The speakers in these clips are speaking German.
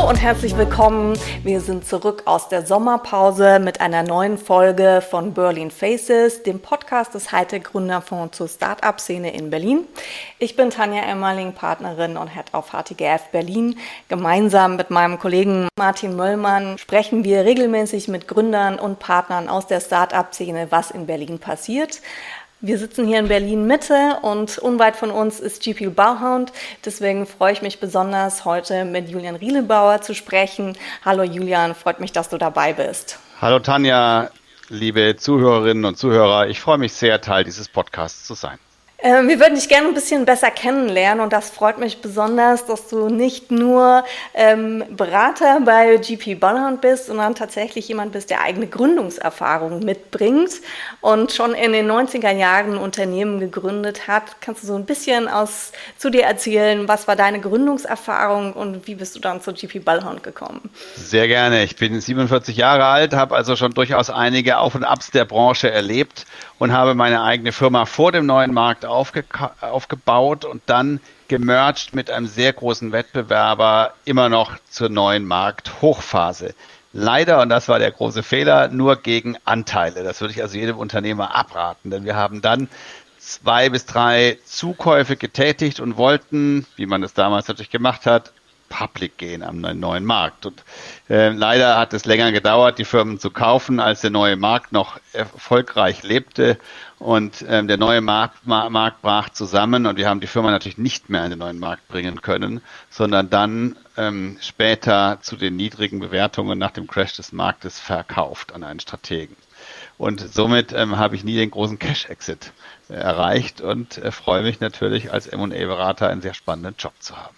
Hallo und herzlich willkommen. Wir sind zurück aus der Sommerpause mit einer neuen Folge von Berlin Faces, dem Podcast des Hightech-Gründerfonds zur Start-up-Szene in Berlin. Ich bin Tanja Emmerling, Partnerin und Head of HTGF Berlin. Gemeinsam mit meinem Kollegen Martin Möllmann sprechen wir regelmäßig mit Gründern und Partnern aus der Start-up-Szene, was in Berlin passiert. Wir sitzen hier in Berlin Mitte und unweit von uns ist GP Bauhound. Deswegen freue ich mich besonders, heute mit Julian Rielebauer zu sprechen. Hallo Julian, freut mich, dass du dabei bist. Hallo Tanja, liebe Zuhörerinnen und Zuhörer. Ich freue mich sehr, Teil dieses Podcasts zu sein. Wir würden dich gerne ein bisschen besser kennenlernen und das freut mich besonders, dass du nicht nur Berater bei GP Bauhound bist, sondern tatsächlich jemand bist, der eigene Gründungserfahrung mitbringt und schon in den 90er Jahren ein Unternehmen gegründet hat. Kannst du so ein bisschen zu dir erzählen, was war deine Gründungserfahrung und wie bist du dann zu GP Bauhound gekommen? Sehr gerne. Ich bin 47 Jahre alt, habe also schon durchaus einige Auf- und Abs der Branche erlebt und habe meine eigene Firma vor dem neuen Markt aufgebaut und dann gemerged mit einem sehr großen Wettbewerber immer noch zur neuen Markthochphase. Leider, und das war der große Fehler, nur gegen Anteile. Das würde ich also jedem Unternehmer abraten, denn wir haben dann 2 bis 3 Zukäufe getätigt und wollten, wie man es damals natürlich gemacht hat, public gehen am neuen Markt. Und leider hat es länger gedauert, die Firmen zu kaufen, als der neue Markt noch erfolgreich lebte. Und der neue Markt brach zusammen und wir haben die Firma natürlich nicht mehr in den neuen Markt bringen können, sondern dann später zu den niedrigen Bewertungen nach dem Crash des Marktes verkauft an einen Strategen. Und somit habe ich nie den großen Cash-Exit erreicht und freue mich natürlich als M&A-Berater einen sehr spannenden Job zu haben.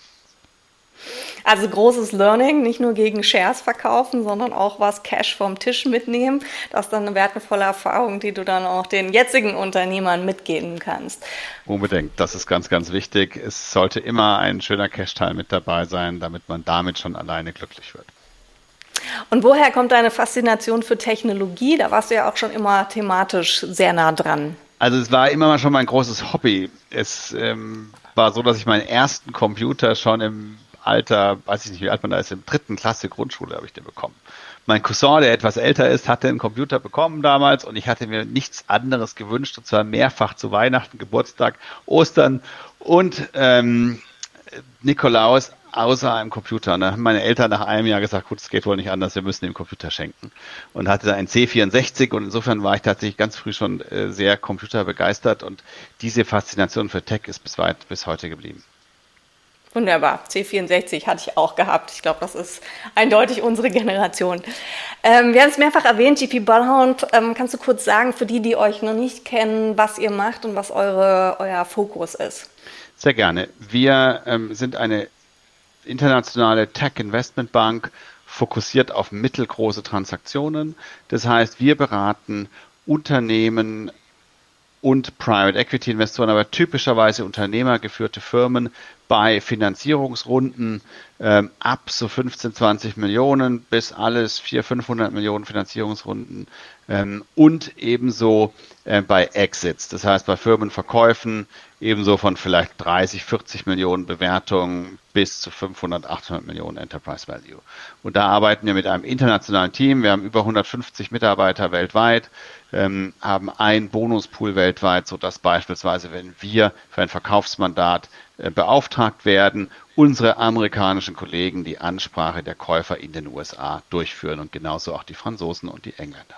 Also großes Learning, nicht nur gegen Shares verkaufen, sondern auch was Cash vom Tisch mitnehmen. Das ist dann eine wertvolle Erfahrung, die du dann auch den jetzigen Unternehmern mitgeben kannst. Unbedingt, das ist ganz, ganz wichtig. Es sollte immer ein schöner Cash-Teil mit dabei sein, damit man damit schon alleine glücklich wird. Und woher kommt deine Faszination für Technologie? Da warst du ja auch schon immer thematisch sehr nah dran. Also es war immer mal schon mein großes Hobby. Es war so, dass ich meinen ersten Computer schon im Alter, weiß ich nicht, wie alt man da ist, in der 3. Klasse Grundschule habe ich den bekommen. Mein Cousin, der etwas älter ist, hatte einen Computer bekommen damals und ich hatte mir nichts anderes gewünscht, und zwar mehrfach zu Weihnachten, Geburtstag, Ostern und Nikolaus, außer einem Computer. Und dann haben meine Eltern nach einem Jahr gesagt, gut, es geht wohl nicht anders, wir müssen dem Computer schenken. Und hatte da einen C64 und insofern war ich tatsächlich ganz früh schon sehr computerbegeistert und diese Faszination für Tech ist bis heute geblieben. Wunderbar. C64 hatte ich auch gehabt. Ich glaube, das ist eindeutig unsere Generation. Wir haben es mehrfach erwähnt, GP Bauhound. Kannst du kurz sagen, für die euch noch nicht kennen, was ihr macht und was euer Fokus ist? Sehr gerne. Wir sind eine internationale Tech-Investment-Bank, fokussiert auf mittelgroße Transaktionen. Das heißt, wir beraten Unternehmen und Private Equity Investoren, aber typischerweise unternehmergeführte Firmen bei Finanzierungsrunden ab so 15, 20 Millionen bis alles 400, 500 Millionen Finanzierungsrunden und ebenso bei Exits, das heißt bei Firmenverkäufen ebenso von vielleicht 30, 40 Millionen Bewertungen bis zu 500, 800 Millionen Enterprise Value. Und da arbeiten wir mit einem internationalen Team. Wir haben über 150 Mitarbeiter weltweit, haben einen Bonuspool weltweit, sodass beispielsweise, wenn wir für ein Verkaufsmandat beauftragt werden, unsere amerikanischen Kollegen die Ansprache der Käufer in den USA durchführen und genauso auch die Franzosen und die Engländer.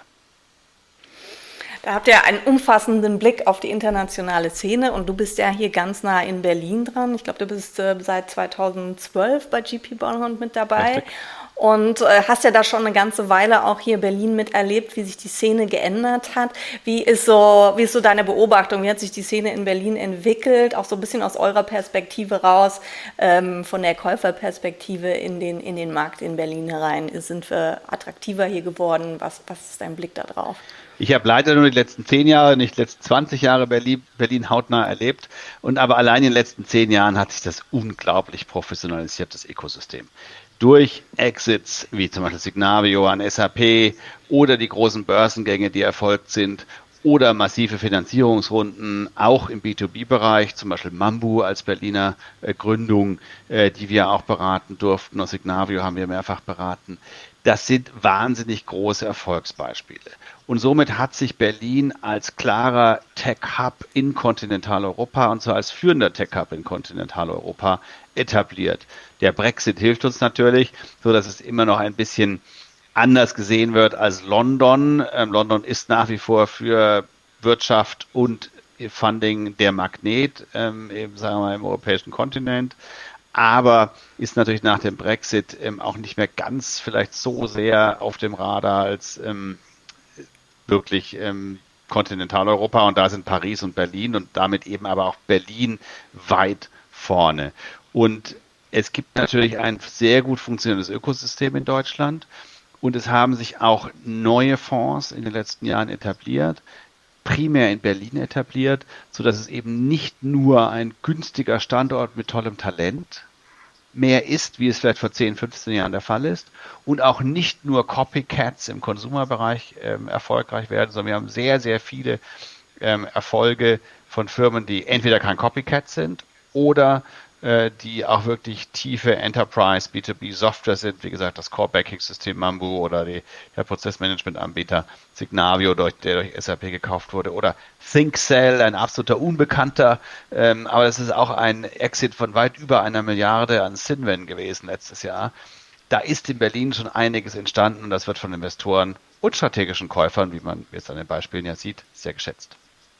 Da habt ihr einen umfassenden Blick auf die internationale Szene und du bist ja hier ganz nah in Berlin dran. Ich glaube, du bist seit 2012 bei GP Bauhound mit dabei. Richtig. Und hast ja da schon eine ganze Weile auch hier Berlin miterlebt, wie sich die Szene geändert hat. Wie ist so deine Beobachtung? Wie hat sich die Szene in Berlin entwickelt? Auch so ein bisschen aus eurer Perspektive raus, von der Käuferperspektive in den Markt in Berlin herein. Sind wir attraktiver hier geworden? Was ist dein Blick da drauf? Ich habe leider nur die letzten 10 Jahre, nicht die letzten 20 Jahre Berlin hautnah erlebt. Und aber allein in den letzten 10 Jahren hat sich das unglaublich professionalisiert, das Ökosystem. Durch Exits, wie zum Beispiel Signavio an SAP oder die großen Börsengänge, die erfolgt sind, oder massive Finanzierungsrunden, auch im B2B-Bereich, zum Beispiel Mambu als Berliner Gründung, die wir auch beraten durften, und Signavio haben wir mehrfach beraten. Das sind wahnsinnig große Erfolgsbeispiele. Und somit hat sich Berlin als klarer Tech-Hub in Kontinentaleuropa und zwar als führender Tech-Hub in Kontinentaleuropa etabliert. Der Brexit hilft uns natürlich, so dass es immer noch ein bisschen anders gesehen wird als London. London ist nach wie vor für Wirtschaft und Funding der Magnet, sagen wir mal, im europäischen Kontinent. Aber ist natürlich nach dem Brexit auch nicht mehr ganz vielleicht so sehr auf dem Radar als wirklich Kontinentaleuropa. Und da sind Paris und Berlin und damit eben aber auch Berlin weit vorne. Und es gibt natürlich ein sehr gut funktionierendes Ökosystem in Deutschland. Und es haben sich auch neue Fonds in den letzten Jahren etabliert, primär in Berlin etabliert, sodass es eben nicht nur ein günstiger Standort mit tollem Talent mehr ist, wie es vielleicht vor 10, 15 Jahren der Fall ist, und auch nicht nur Copycats im Consumer-Bereich erfolgreich werden, sondern wir haben sehr, sehr viele Erfolge von Firmen, die entweder kein Copycat sind oder die auch wirklich tiefe Enterprise B2B Software sind, wie gesagt, das Core Banking System Mambu oder der Prozessmanagement-Anbieter Signavio, der durch SAP gekauft wurde, oder ThinkCell, ein absoluter Unbekannter, aber das ist auch ein Exit von weit über 1 Milliarde an Cinven gewesen letztes Jahr. Da ist in Berlin schon einiges entstanden und das wird von Investoren und strategischen Käufern, wie man jetzt an den Beispielen ja sieht, sehr geschätzt.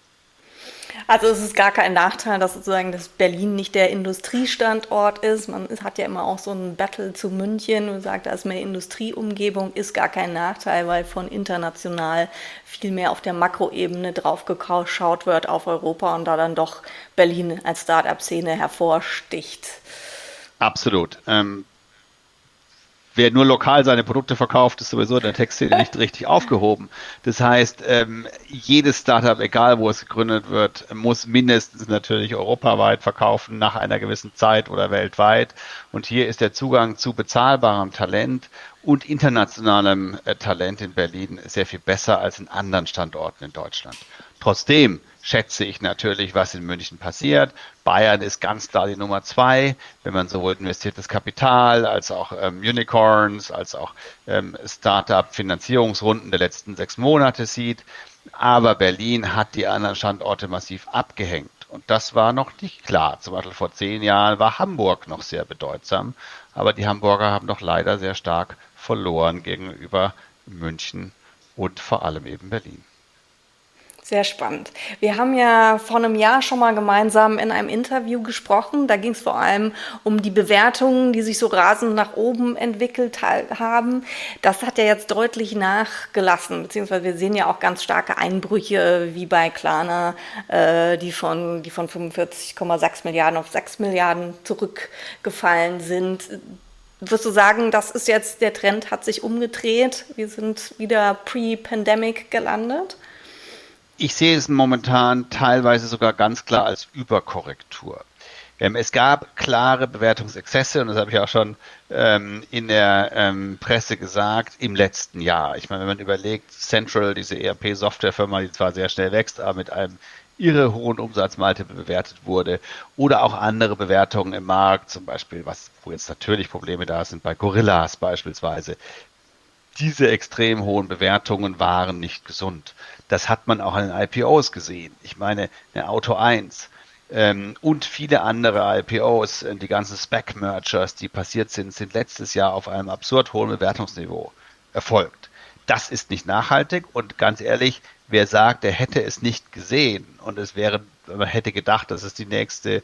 Also es ist gar kein Nachteil, dass sozusagen das Berlin nicht der Industriestandort ist. Man hat ja immer auch so ein Battle zu München und sagt, da ist mehr Industrieumgebung, ist gar kein Nachteil, weil von international viel mehr auf der Makroebene drauf geschaut wird auf Europa und da dann doch Berlin als Start-up-Szene hervorsticht. Absolut. Wer nur lokal seine Produkte verkauft, ist sowieso in der Tech-Szene nicht richtig aufgehoben. Das heißt, jedes Startup, egal wo es gegründet wird, muss mindestens natürlich europaweit verkaufen nach einer gewissen Zeit oder weltweit. Und hier ist der Zugang zu bezahlbarem Talent und internationalem Talent in Berlin sehr viel besser als in anderen Standorten in Deutschland. Trotzdem schätze ich natürlich, was in München passiert. Bayern ist ganz klar die Nummer 2, wenn man sowohl investiertes Kapital als auch Unicorns, als auch Startup-Finanzierungsrunden der letzten 6 Monate sieht. Aber Berlin hat die anderen Standorte massiv abgehängt. Und das war noch nicht klar. Zum Beispiel vor 10 Jahren war Hamburg noch sehr bedeutsam. Aber die Hamburger haben doch leider sehr stark verloren gegenüber München und vor allem eben Berlin. Sehr spannend. Wir haben ja vor einem Jahr schon mal gemeinsam in einem Interview gesprochen. Da ging es vor allem um die Bewertungen, die sich so rasend nach oben entwickelt haben. Das hat ja jetzt deutlich nachgelassen, beziehungsweise wir sehen ja auch ganz starke Einbrüche wie bei Klarna, die von 45,6 Milliarden auf 6 Milliarden zurückgefallen sind. Würdest du sagen, das ist jetzt, der Trend hat sich umgedreht? Wir sind wieder pre-Pandemic gelandet? Ich sehe es momentan teilweise sogar ganz klar als Überkorrektur. Es gab klare Bewertungsexzesse und das habe ich auch schon in der Presse gesagt im letzten Jahr. Ich meine, wenn man überlegt, Central, diese ERP-Softwarefirma, die zwar sehr schnell wächst, aber mit einem irre hohen Umsatzmultiple bewertet wurde, oder auch andere Bewertungen im Markt, zum Beispiel, wo jetzt natürlich Probleme da sind, bei Gorillas beispielsweise. Diese extrem hohen Bewertungen waren nicht gesund. Das hat man auch an den IPOs gesehen. Ich meine, eine Auto 1 und viele andere IPOs, die ganzen SPAC-Mergers, die passiert sind, sind letztes Jahr auf einem absurd hohen Bewertungsniveau erfolgt. Das ist nicht nachhaltig und ganz ehrlich, wer sagt, er hätte es nicht gesehen und man hätte gedacht, das ist die nächste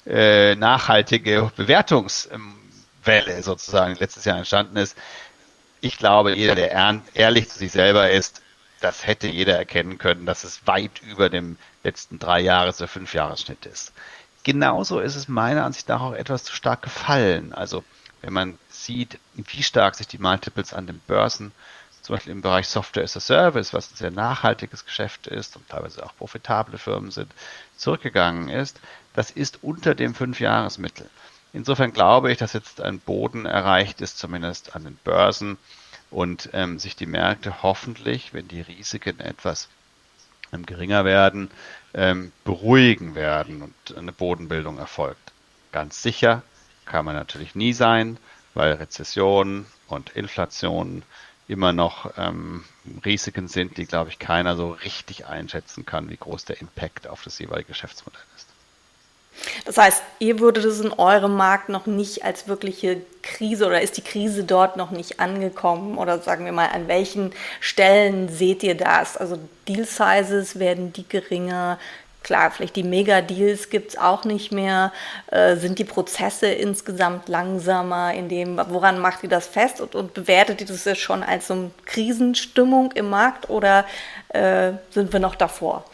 nachhaltige Bewertungswelle sozusagen, die letztes Jahr entstanden ist. Ich glaube, jeder, der ehrlich zu sich selber ist, das hätte jeder erkennen können, dass es weit über dem letzten 3-Jahres- oder 5-Jahres-Schnitt ist. Genauso ist es meiner Ansicht nach auch etwas zu stark gefallen. Also wenn man sieht, wie stark sich die Multiples an den Börsen, zum Beispiel im Bereich Software as a Service, was ein sehr nachhaltiges Geschäft ist und teilweise auch profitable Firmen sind, zurückgegangen ist, das ist unter dem 5-Jahres-Mittel. Insofern glaube ich, dass jetzt ein Boden erreicht ist, zumindest an den Börsen, und sich die Märkte hoffentlich, wenn die Risiken etwas geringer werden, beruhigen werden und eine Bodenbildung erfolgt. Ganz sicher kann man natürlich nie sein, weil Rezession und Inflation immer noch Risiken sind, die, glaube ich, keiner so richtig einschätzen kann, wie groß der Impact auf das jeweilige Geschäftsmodell ist. Das heißt, ihr würdet es in eurem Markt noch nicht als wirkliche Krise oder ist die Krise dort noch nicht angekommen? Oder sagen wir mal, an welchen Stellen seht ihr das? Also Deal Sizes, werden die geringer? Klar, vielleicht die Mega-Deals gibt es auch nicht mehr. Sind die Prozesse insgesamt langsamer? Woran macht ihr das fest und bewertet ihr das jetzt schon als so eine Krisenstimmung im Markt oder sind wir noch davor?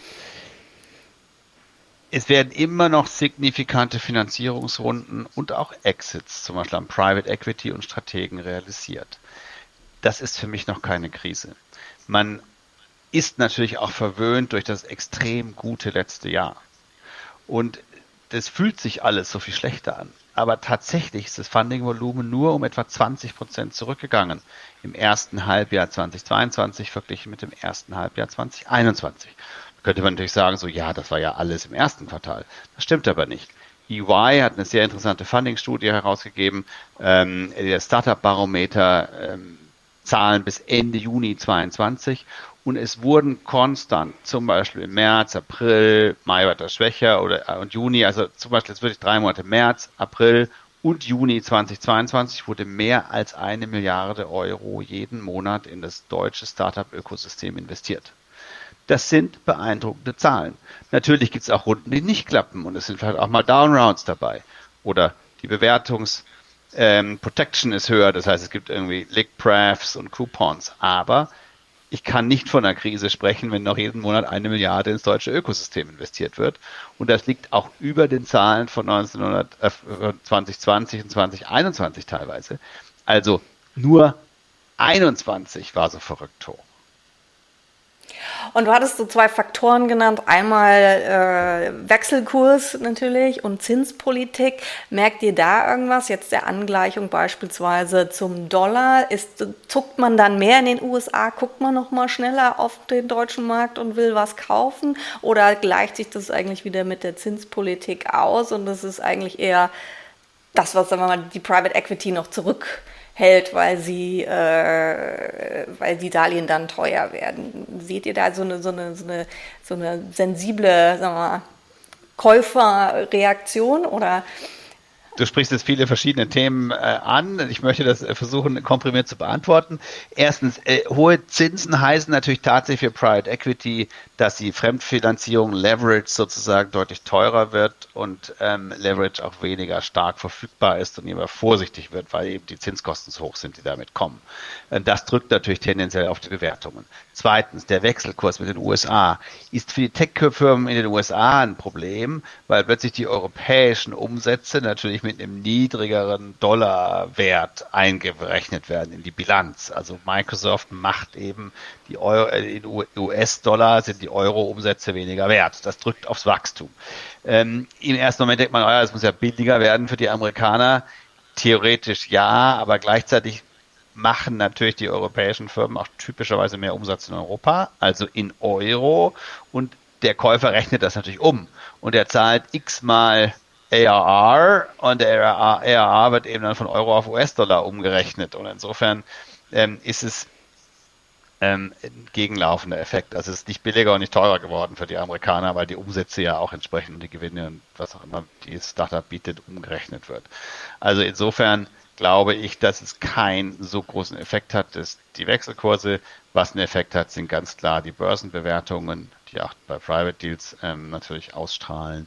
Es werden immer noch signifikante Finanzierungsrunden und auch Exits, zum Beispiel am Private Equity und Strategen realisiert. Das ist für mich noch keine Krise. Man ist natürlich auch verwöhnt durch das extrem gute letzte Jahr. Und das fühlt sich alles so viel schlechter an. Aber tatsächlich ist das Funding-Volumen nur um etwa 20% zurückgegangen im ersten Halbjahr 2022 verglichen mit dem ersten Halbjahr 2021. Könnte man natürlich sagen, so ja, das war ja alles im ersten Quartal. Das stimmt aber nicht. EY hat eine sehr interessante Funding-Studie herausgegeben, der Startup-Barometer Zahlen bis Ende Juni 2022 und es wurden konstant, zum Beispiel im März, April, Mai war das schwächer und Juni, also zum Beispiel jetzt wirklich 3 Monate, März, April und Juni 2022 wurde mehr als 1 Milliarde Euro jeden Monat in das deutsche Startup-Ökosystem investiert. Das sind beeindruckende Zahlen. Natürlich gibt es auch Runden, die nicht klappen und es sind vielleicht auch mal Downrounds dabei. Oder die Protection ist höher, das heißt es gibt irgendwie Lick-Prefs und Coupons. Aber ich kann nicht von einer Krise sprechen, wenn noch jeden Monat 1 Milliarde ins deutsche Ökosystem investiert wird. Und das liegt auch über den Zahlen von 2020 und 2021 teilweise. Also nur 21 war so verrückt hoch. Und du hattest so 2 Faktoren genannt, einmal Wechselkurs natürlich und Zinspolitik. Merkt ihr da irgendwas, jetzt der Angleichung beispielsweise zum Dollar? Zuckt man dann mehr in den USA, guckt man noch mal schneller auf den deutschen Markt und will was kaufen? Oder gleicht sich das eigentlich wieder mit der Zinspolitik aus und das ist eigentlich eher das, was, sagen wir mal, die Private Equity noch zurückhält, weil die Darlehen dann teuer werden. Seht ihr da so eine sensible, sagen wir mal, Käuferreaktion oder? Du sprichst jetzt viele verschiedene Themen an. Ich möchte das versuchen, komprimiert zu beantworten. Erstens, hohe Zinsen heißen natürlich tatsächlich für Private Equity, dass die Fremdfinanzierung, Leverage sozusagen deutlich teurer wird und Leverage auch weniger stark verfügbar ist und immer vorsichtig wird, weil eben die Zinskosten so hoch sind, die damit kommen. Das drückt natürlich tendenziell auf die Bewertungen. Zweitens, der Wechselkurs mit den USA ist für die Tech-Firmen in den USA ein Problem, weil plötzlich die europäischen Umsätze natürlich mit einem niedrigeren Dollarwert eingerechnet werden in die Bilanz. Also Microsoft macht eben die in US-Dollar sind die Euro-Umsätze weniger wert. Das drückt aufs Wachstum. Im ersten Moment denkt man, es muss ja billiger werden für die Amerikaner. Theoretisch ja, aber gleichzeitig machen natürlich die europäischen Firmen auch typischerweise mehr Umsatz in Europa, also in Euro. Und der Käufer rechnet das natürlich um. Und er zahlt x-mal ARR und der ARR wird eben dann von Euro auf US-Dollar umgerechnet. Und insofern ist es ein gegenlaufender Effekt. Also es ist nicht billiger und nicht teurer geworden für die Amerikaner, weil die Umsätze ja auch entsprechend und die Gewinne und was auch immer die Startup bietet, umgerechnet wird. Also insofern glaube ich, dass es keinen so großen Effekt hat, dass die Wechselkurse, was einen Effekt hat, sind ganz klar die Börsenbewertungen, die auch bei Private Deals natürlich ausstrahlen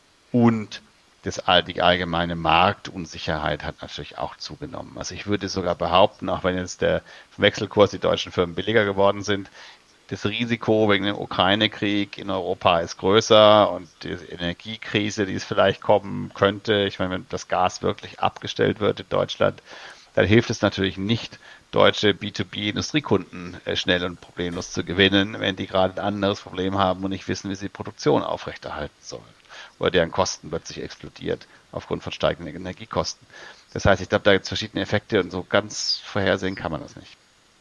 und die allgemeine Marktunsicherheit hat natürlich auch zugenommen. Also ich würde sogar behaupten, auch wenn jetzt der Wechselkurs die deutschen Firmen billiger geworden sind, das Risiko wegen dem Ukraine-Krieg in Europa ist größer und die Energiekrise, die es vielleicht kommen könnte, ich meine, wenn das Gas wirklich abgestellt wird in Deutschland, dann hilft es natürlich nicht, deutsche B2B-Industriekunden schnell und problemlos zu gewinnen, wenn die gerade ein anderes Problem haben und nicht wissen, wie sie die Produktion aufrechterhalten sollen. Oder deren Kosten plötzlich explodiert aufgrund von steigenden Energiekosten. Das heißt, ich glaube, da gibt es verschiedene Effekte und so ganz vorhersehen kann man das nicht.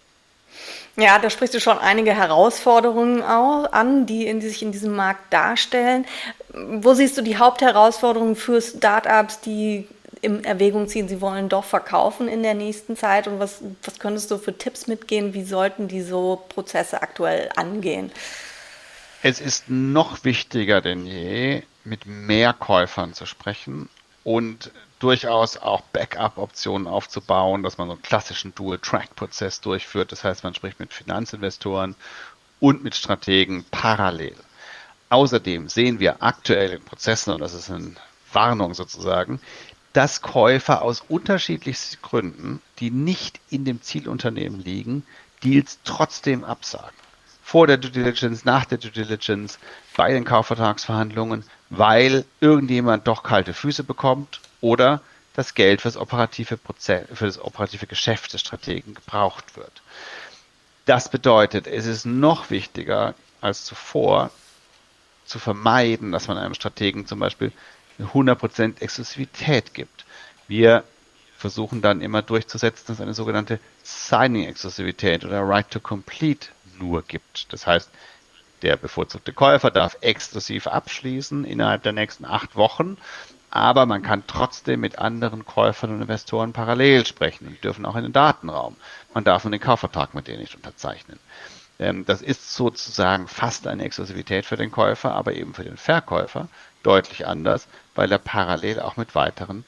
Ja, da sprichst du schon einige Herausforderungen auch an, die sich in diesem Markt darstellen. Wo siehst du die Hauptherausforderungen für Startups, die in Erwägung ziehen, sie wollen doch verkaufen in der nächsten Zeit? Und was könntest du für Tipps mitgehen? Wie sollten die so Prozesse aktuell angehen? Es ist noch wichtiger denn je, mit mehr Käufern zu sprechen und durchaus auch Backup-Optionen aufzubauen, dass man so einen klassischen Dual-Track-Prozess durchführt. Das heißt, man spricht mit Finanzinvestoren und mit Strategen parallel. Außerdem sehen wir aktuell in Prozessen, und das ist eine Warnung sozusagen, dass Käufer aus unterschiedlichsten Gründen, die nicht in dem Zielunternehmen liegen, Deals trotzdem absagen. Vor der Due Diligence, nach der Due Diligence, bei den Kaufvertragsverhandlungen, weil irgendjemand doch kalte Füße bekommt oder das Geld für das operative Geschäft des Strategen gebraucht wird. Das bedeutet, es ist noch wichtiger als zuvor zu vermeiden, dass man einem Strategen zum Beispiel eine 100% Exklusivität gibt. Wir versuchen dann immer durchzusetzen, dass es eine sogenannte Signing-Exklusivität oder Right to Complete nur gibt. Das heißt, der bevorzugte Käufer darf exklusiv abschließen innerhalb der nächsten 8 Wochen, aber man kann trotzdem mit anderen Käufern und Investoren parallel sprechen und die dürfen auch in den Datenraum. Man darf nur den Kaufvertrag mit denen nicht unterzeichnen. Das ist sozusagen fast eine Exklusivität für den Käufer, aber eben für den Verkäufer deutlich anders, weil er parallel auch mit weiteren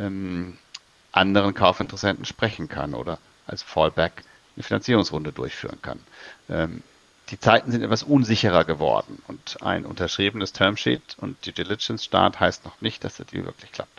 anderen Kaufinteressenten sprechen kann oder als Fallback eine Finanzierungsrunde durchführen kann. Die Zeiten sind etwas unsicherer geworden und ein unterschriebenes Termsheet und Due Diligence Start heißt noch nicht, dass der Deal wirklich klappt.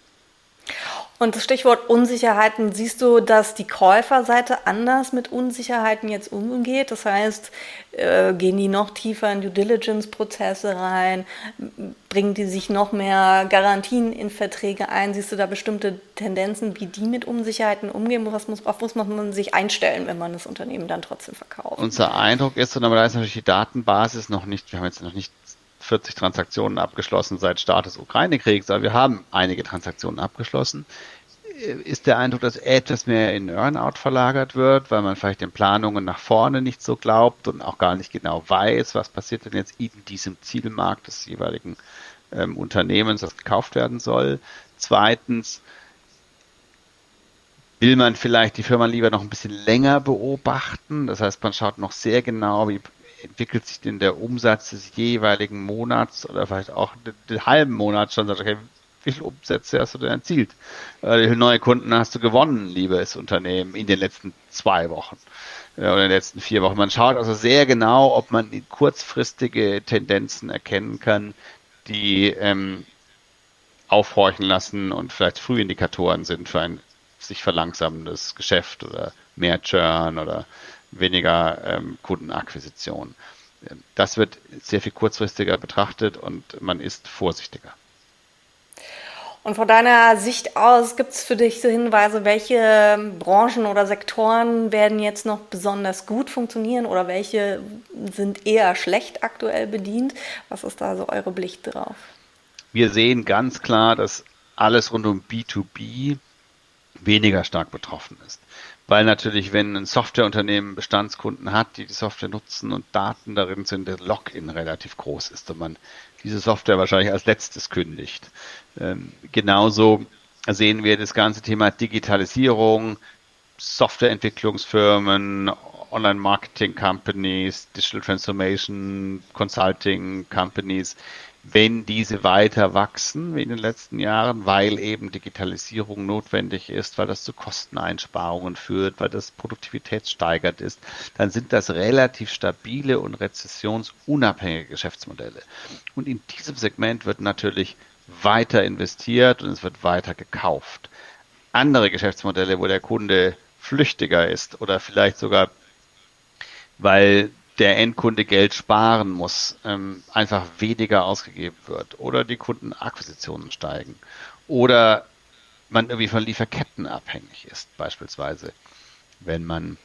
Und das Stichwort Unsicherheiten, siehst du, dass die Käuferseite anders mit Unsicherheiten jetzt umgeht? Das heißt, gehen die noch tiefer in Due Diligence-Prozesse rein? Bringen die sich noch mehr Garantien in Verträge ein? Siehst du da bestimmte Tendenzen, wie die mit Unsicherheiten umgehen? Auf was muss man sich einstellen, wenn man das Unternehmen dann trotzdem verkauft? Unser Eindruck ist, aber da ist natürlich die Datenbasis noch nicht, wir haben jetzt noch nicht 40 Transaktionen abgeschlossen seit Start des Ukraine-Kriegs, aber wir haben einige Transaktionen abgeschlossen. Ist der Eindruck, dass etwas mehr in Earnout verlagert wird, weil man vielleicht den Planungen nach vorne nicht so glaubt und auch gar nicht genau weiß, was passiert denn jetzt in diesem Zielmarkt des jeweiligen Unternehmens, das gekauft werden soll. Zweitens will man vielleicht die Firma lieber noch ein bisschen länger beobachten. Das heißt, man schaut noch sehr genau, wie entwickelt sich denn der Umsatz des jeweiligen Monats oder vielleicht auch den halben Monat schon, sagt, okay, wie viele Umsätze hast du denn erzielt? Wie viele neue Kunden hast du gewonnen, liebes Unternehmen, in den letzten 2 Wochen oder in den letzten 4 Wochen? Man schaut also sehr genau, ob man kurzfristige Tendenzen erkennen kann, die aufhorchen lassen und vielleicht Frühindikatoren sind für ein sich verlangsamendes Geschäft oder mehr Churn oder weniger Kundenakquisition. Das wird sehr viel kurzfristiger betrachtet und man ist vorsichtiger. Und von deiner Sicht aus, gibt es für dich so Hinweise, welche Branchen oder Sektoren werden jetzt noch besonders gut funktionieren oder welche sind eher schlecht aktuell bedient? Was ist da so eure Blick drauf? Wir sehen ganz klar, dass alles rund um B2B weniger stark betroffen ist. Weil natürlich, wenn ein Softwareunternehmen Bestandskunden hat, die Software nutzen und Daten darin sind, der Login relativ groß ist und man diese Software wahrscheinlich als letztes kündigt. Genauso sehen wir das ganze Thema Digitalisierung, Softwareentwicklungsfirmen, Online-Marketing-Companies, Digital Transformation, Consulting-Companies, wenn diese weiter wachsen wie in den letzten Jahren, weil eben Digitalisierung notwendig ist, weil das zu Kosteneinsparungen führt, weil das produktivitätssteigert ist, dann sind das relativ stabile und rezessionsunabhängige Geschäftsmodelle. Und in diesem Segment wird natürlich weiter investiert und es wird weiter gekauft. Andere Geschäftsmodelle, wo der Kunde flüchtiger ist oder vielleicht sogar, weil der Endkunde Geld sparen muss, einfach weniger ausgegeben wird oder die Kundenakquisitionen steigen oder man irgendwie von Lieferketten abhängig ist, beispielsweise wenn man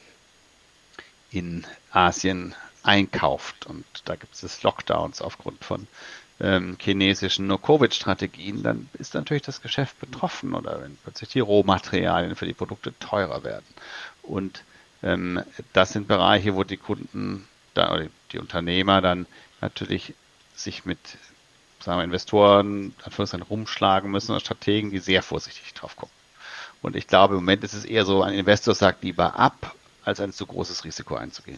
in Asien einkauft und da gibt es Lockdowns aufgrund von chinesischen No-Covid-Strategien, dann ist natürlich das Geschäft betroffen oder wenn plötzlich die Rohmaterialien für die Produkte teurer werden. Und Das sind Bereiche, wo die Kunden oder die Unternehmer dann natürlich sich mit, sagen wir, Investoren rumschlagen müssen oder Strategen, die sehr vorsichtig drauf gucken. Und ich glaube, im Moment ist es eher so, ein Investor sagt lieber ab, als ein zu großes Risiko einzugehen.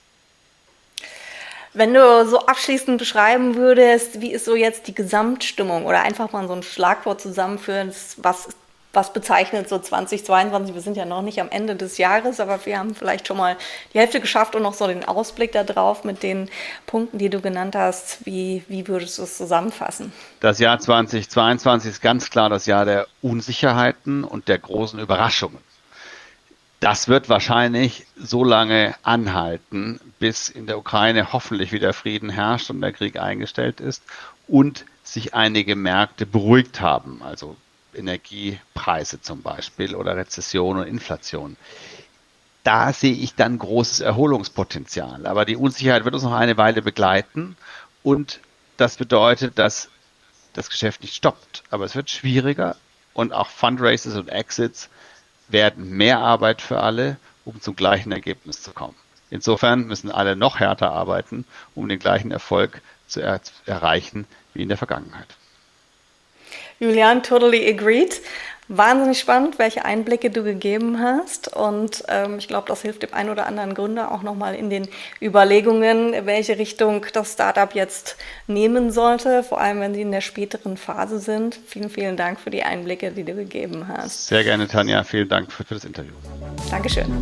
Wenn du so abschließend beschreiben würdest, wie ist so jetzt die Gesamtstimmung oder einfach mal so ein Schlagwort zusammenführen, was bezeichnet so 2022, wir sind ja noch nicht am Ende des Jahres, aber wir haben vielleicht schon mal die Hälfte geschafft und noch so den Ausblick da drauf mit den Punkten, die du genannt hast. Wie würdest du es zusammenfassen? Das Jahr 2022 ist ganz klar das Jahr der Unsicherheiten und der großen Überraschungen. Das wird wahrscheinlich so lange anhalten, bis in der Ukraine hoffentlich wieder Frieden herrscht und der Krieg eingestellt ist und sich einige Märkte beruhigt haben, also Energiepreise zum Beispiel oder Rezession und Inflation. Da sehe ich dann großes Erholungspotenzial. Aber die Unsicherheit wird uns noch eine Weile begleiten und das bedeutet, dass das Geschäft nicht stoppt. Aber es wird schwieriger und auch Fundraises und Exits werden mehr Arbeit für alle, um zum gleichen Ergebnis zu kommen. Insofern müssen alle noch härter arbeiten, um den gleichen Erfolg zu erreichen wie in der Vergangenheit. Julian, totally agreed. Wahnsinnig spannend, welche Einblicke du gegeben hast. Und ich glaube, das hilft dem einen oder anderen Gründer auch nochmal in den Überlegungen, welche Richtung das Startup jetzt nehmen sollte, vor allem wenn sie in der späteren Phase sind. Vielen, vielen Dank für die Einblicke, die du gegeben hast. Sehr gerne, Tanja. Vielen Dank für das Interview. Dankeschön.